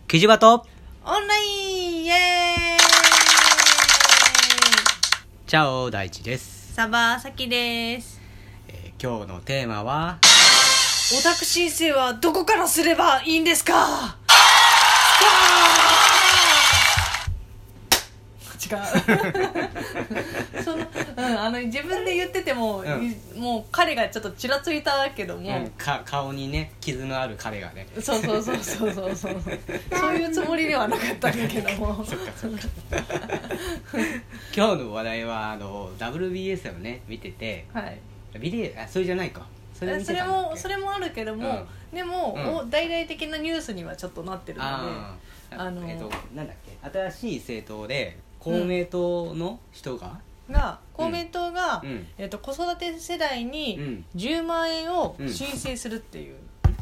キジバトオンラインイエーイ。 チャオ大地です。 サバサキです。 今日のテーマはオタク申請はどこからすればいいんですか？違う自分で言ってても、もう彼がちょっとちらついたけども、 顔にね傷のある彼がねそういうつもりではなかったんだけどもそっか今日の話題はWBS をね見てて、 はい、 それじゃないかそれもあるけども、でも、大々的なニュースにはちょっとなってるので、 なんだっけ、新しい政党で公明党の人が、 公明党が、子育て世代に10万円を申請するっていう、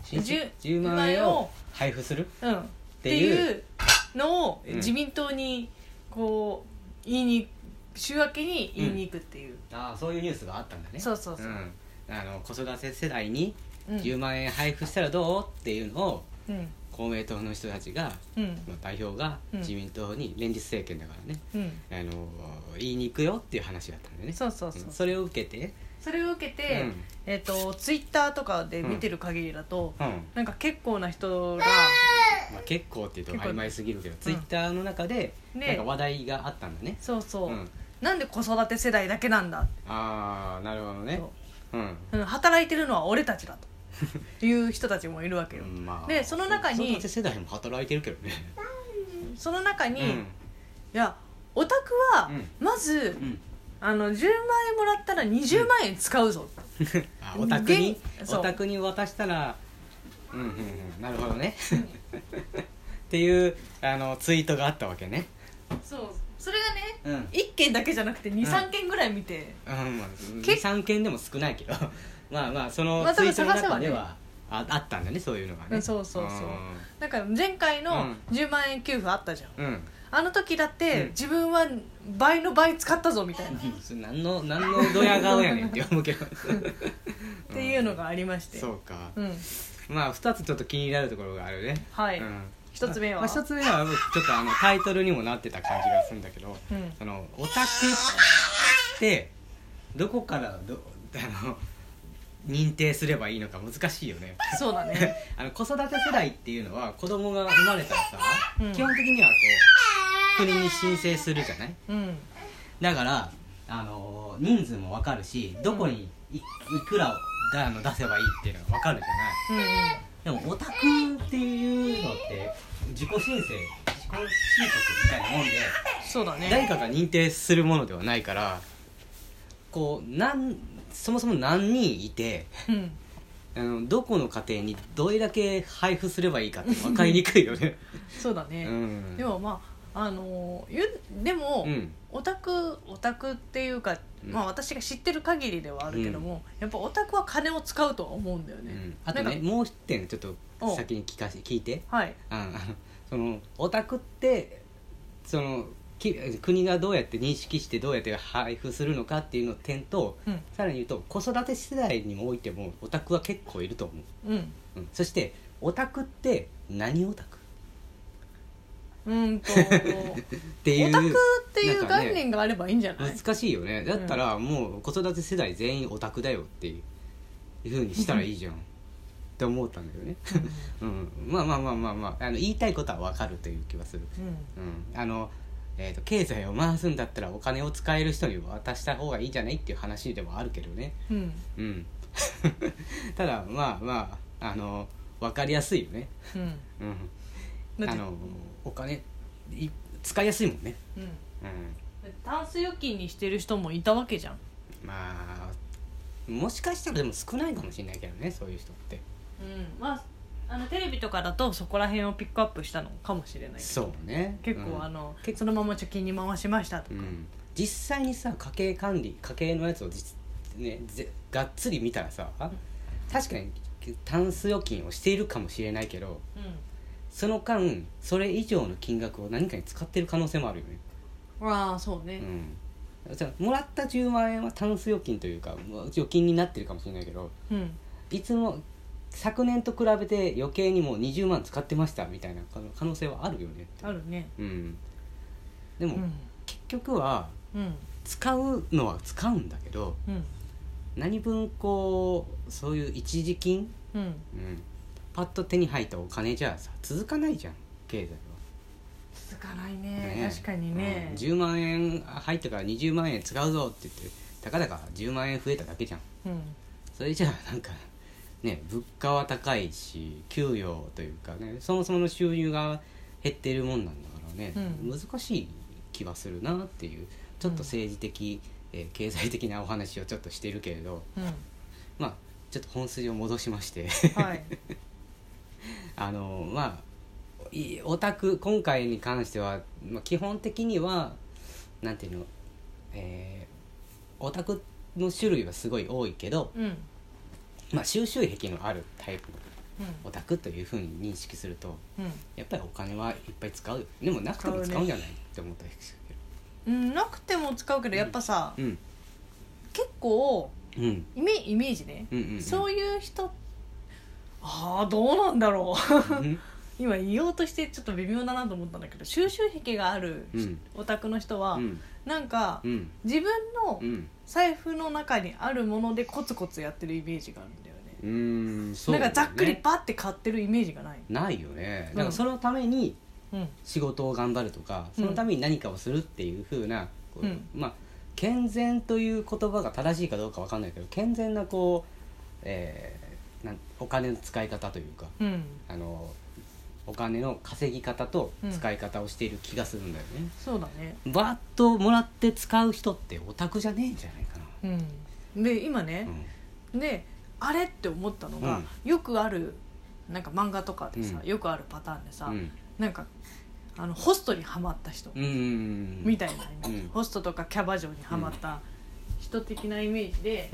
10万円を配布する、 っていうのを自民党にこう週明けに言いに行くっていう、 そういうニュースがあったんだね。 そう、 子育て世代に10万円配布したらどうっていうのを、公明党の人たちが、代表が自民党に連立政権だからね、言いに行くよっていう話だったんだよね。それを受けて、 ツイッターとかで見てる限りだと、なんか結構な人が、 結構っていうと曖昧すぎるけど、ツイッターの中でなんか話題があったんだね。 なんで子育て世代だけなんだ。 なるほどね。 働いてるのは俺たちだという人たちもいるわけよ。でその中に子育て世代も働いてるけどね。 その中に、いやオタクはまず、10万円もらったら20万円使うぞ、 オタクに渡したらなるほどねっていうツイートがあったわけね。 それがね、1件だけじゃなくて 2,3 件ぐらい見て、 2,3 件でも少ないけどそのツイートの中ではあったんだね、そういうのがね。だから前回の10万円給付あったじゃん、あの時だって、自分は倍の倍使ったぞみたいな何のドヤ顔やねんって思うけどっていうのがありまして、 そうか、2つちょっと気になるところがあるね。 1つ目は、 1つ目はちょっとタイトルにもなってた感じがするんだけど、オタクってどこから認定すればいいのか難しいよね。 そうだね子育て世代っていうのは子供が生まれたらさ、基本的にはこう国に申請するじゃない、だから人数も分かるし、どこにいくらを出せばいいっていうのが分かるじゃない、でもオタクっていうのって自己申請みたいなもんで、 そうだね、 誰かが認定するものではないから、こうそもそも何人いて、どこの家庭にどれだけ配布すればいいかって分かりにくいよねそうだね、でもでも、オタクっていうか、私が知ってる限りではあるけども、やっぱオタクは金を使うとは思うんだよね、 あとね、もう一点ちょっと先に聞いて、そのオタクって国がどうやって認識してどうやって配布するのかっていうの点と、さらに言うと子育て世代においてもオタクは結構いると思う、そしてオタクって何オタクっていうオタクっていう概念があればいいんじゃない？ 難しいよね。だったらもう子育て世代全員オタクだよっていう風にしたらいいじゃんって思ったんだよね言いたいことは分かるという気はする、経済を回すんだったらお金を使える人に渡した方がいいんじゃないっていう話でもあるけどね、ただ分かりやすいよね、お金使いやすいもんね、 タンス預金にしてる人もいたわけじゃん。 もしかしたらでも少ないかもしれないけどね、そういう人って。 テレビとかだとそこら辺をピックアップしたのかもしれないけど、 そうね、 結構、そのまま貯金に回しましたとか、 実際にさ家計のやつをがっつり見たらさ、確かにタンス預金をしているかもしれないけど、その間それ以上の金額を何かに使ってる可能性もあるよね。 そうね、 もらった10万円はタンス預金というか預金になってるかもしれないけど、いつも昨年と比べて余計にもう20万使ってましたみたいな可能性はあるよねって。 あるね。 でも、結局は、使うのは使うんだけど、何分こうそういう一時金、パッと手に入ったお金じゃさ続かないじゃん、経済は。 続かない ね、確かにね、 10万円入ったから20万円使うぞって言ってたかだか10万円増えただけじゃん、それじゃあなんかね、物価は高いし給与というかね、そもそもの収入が減っているもんなんだからね、難しい気はするなっていう、ちょっと政治的、経済的なお話をちょっとしてるけれど、まあちょっと本筋を戻しましてはいまあオタク今回に関しては、基本的にはなんていうの、オタクの種類はすごい多いけど、収集癖のあるタイプのオタクというふうに認識すると、やっぱりお金はいっぱい使うよ。でもなくても使うんじゃないって思ったりするけど、 なくても使うけどやっぱさ、結構、イメージね、そういう人どうなんだろう今言おうとしてちょっと微妙だなと思ったんだけど、収集癖があるオタクの人は、なんか、自分の財布の中にあるものでコツコツやってるイメージがあるんだよね。そうだね、なんかざっくりパッて買ってるイメージがないよね。だからそのために仕事を頑張るとか、そのために何かをするっていう風な、健全という言葉が正しいかどうか分かんないけど、健全なこう、お金の使い方というか、お金の稼ぎ方と使い方をしている気がするんだよね。 そうだね。 バッともらって使う人ってオタクじゃねえんじゃないかな。で今ね、であれって思ったのが、よくあるなんか漫画とかでさ、よくあるパターンでさ、なんかホストにハマった人みたいなイメージ、ホストとかキャバ嬢にハマった人的なイメージで、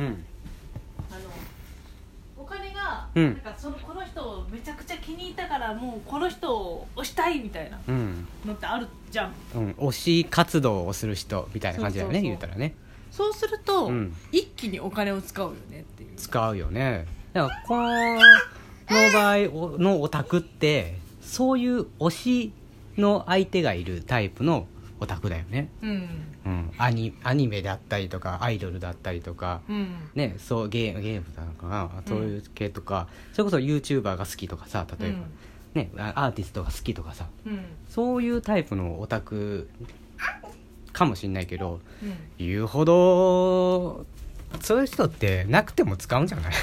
お金がなんかこの人をめちゃくちゃ気に入ったからもうこの人を推したいみたいなのってあるじゃん、 推し活動をする人みたいな感じだよね。言うたらね、 そうすると、一気にお金を使うよねっていう。 使うよね。だからこの場合のオタクってそういう推しの相手がいるタイプのオタクだよね。アニメだったりとかアイドルだったりとか、ね、そうゲームだとかそういう系とか、それこそ YouTuber が好きとかさ、例えば、ね、アーティストが好きとかさ、そういうタイプのオタクかもしんないけど、言うほどそういう人ってなくても使うんじゃない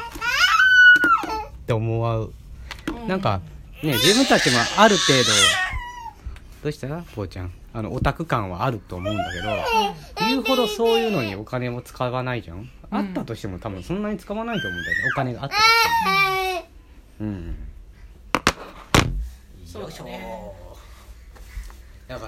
って思う。なんかね、自分たちもある程度、どうしたぽーちゃん、オタク感はあると思うんだけど、言うほどそういうのにお金も使わないじゃん。あったとしても多分そんなに使わないと思うんだよね、お金があったとしても。 そうだね。 だ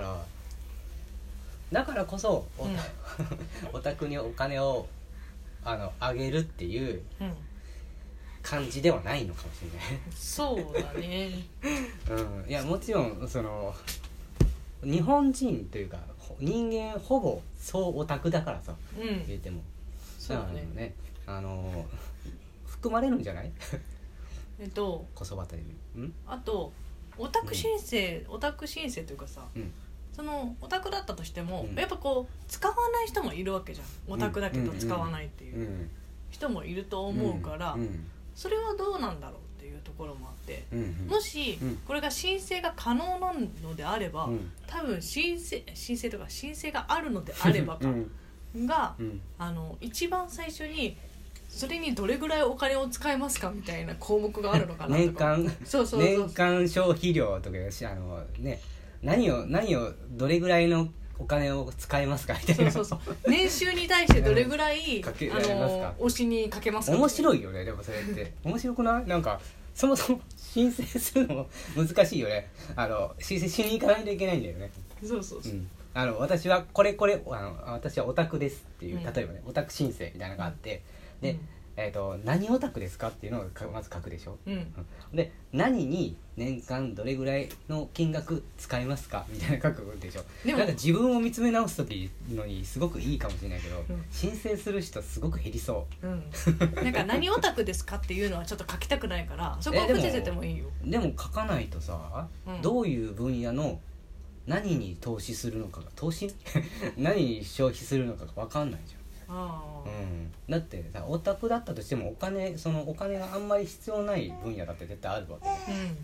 からこそオタクにお金をあげるっていう感じではないのかもしれない。 そうだね。 いやもちろん日本人というか人間ほぼそうオタクだからさ、言ってもそうだね。 含まれるんじゃない子育てに。 あとオタク申請というかさ、そのオタクだったとしても、やっぱこう使わない人もいるわけじゃん。オタクだけど使わないっていう人もいると思うから、それはどうなんだろうっていうところもあって、もしこれが申請が可能なのであれば、多分申請があるのであればが一番最初にそれにどれぐらいお金を使いますかみたいな項目があるのかなとか年間消費量とか何をどれぐらいのお金を使いますかみたいな。 年収に対してどれぐらい推しにかけますか。 面白いよね。でもそれって面白くない？なんかそもそも申請するのも難しいよね。申請しに行かないといけないんだよね。私はこれ私はオタクですっていう、例えばね、オタク申請みたいなのがあって、で何オタクですかっていうのをまず書くでしょ、で何に年間どれぐらいの金額使いますかみたいな書くでしょ。なんか自分を見つめ直す時のにすごくいいかもしれないけど、申請する人すごく減りそう、 なんか何オタクですかっていうのはちょっと書きたくないからそこは伏せててもいいよ。 でも書かないとさ、どういう分野の何に投資するのかが何に消費するのかが分かんないじゃん。だってさオタクだったとしてもお金があんまり必要ない分野だって絶対あるわけ、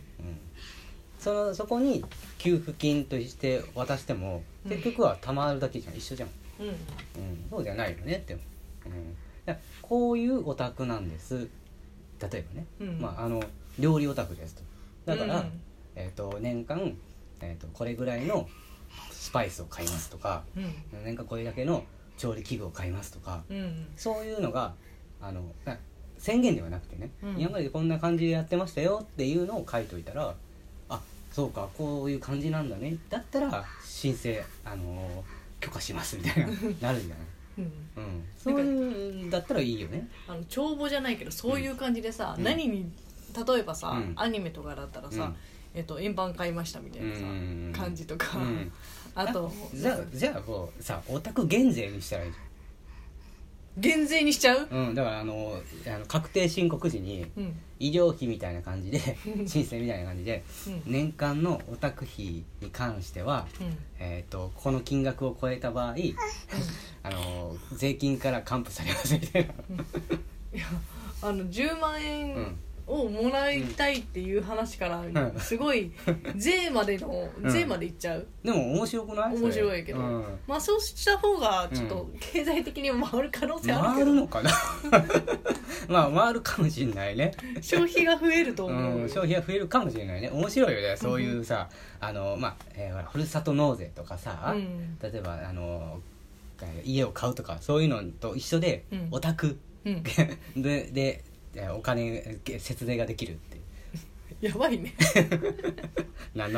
そこに給付金として渡しても、結局はたまるだけじゃん、一緒じゃん、そうじゃないよねって、こういうオタクなんです、例えばね、料理オタクですと、だから、年間、これぐらいのスパイスを買いますとか、年間これだけの調理器具を買いますとか、そういうのが宣言ではなくてね、今までこんな感じでやってましたよっていうのを書いといたら、あ、そうかこういう感じなんだね、だったら申請許可しますみたいななるんじゃないそういうだったらいいよね。 帳簿じゃないけどそういう感じでさ、何に例えばさ、アニメとかだったらさ、円盤買いましたみたいなさ、感じとか、あとじゃあもうさオタク減税にしたらいいじゃん。 減税にしちゃう？ だから確定申告時に医療費みたいな感じで申請みたいな感じで、年間のオタク費に関しては、この金額を超えた場合、税金から還付されますみたいな。 いや10万円、をもらいたいっていう話からすごい税までいっちゃう。 でも面白くない？ 面白いけど、まあそうした方がちょっと経済的にも回る可能性あるけど、 回るのかなまあ回るかもしれないね。 消費が増えると思う、 消費が増えるかもしれないね。面白いよね、そういうさふるさと納税とかさ、例えば家を買うとかそういうのと一緒で、オタクでお金節税ができるってやばいね何の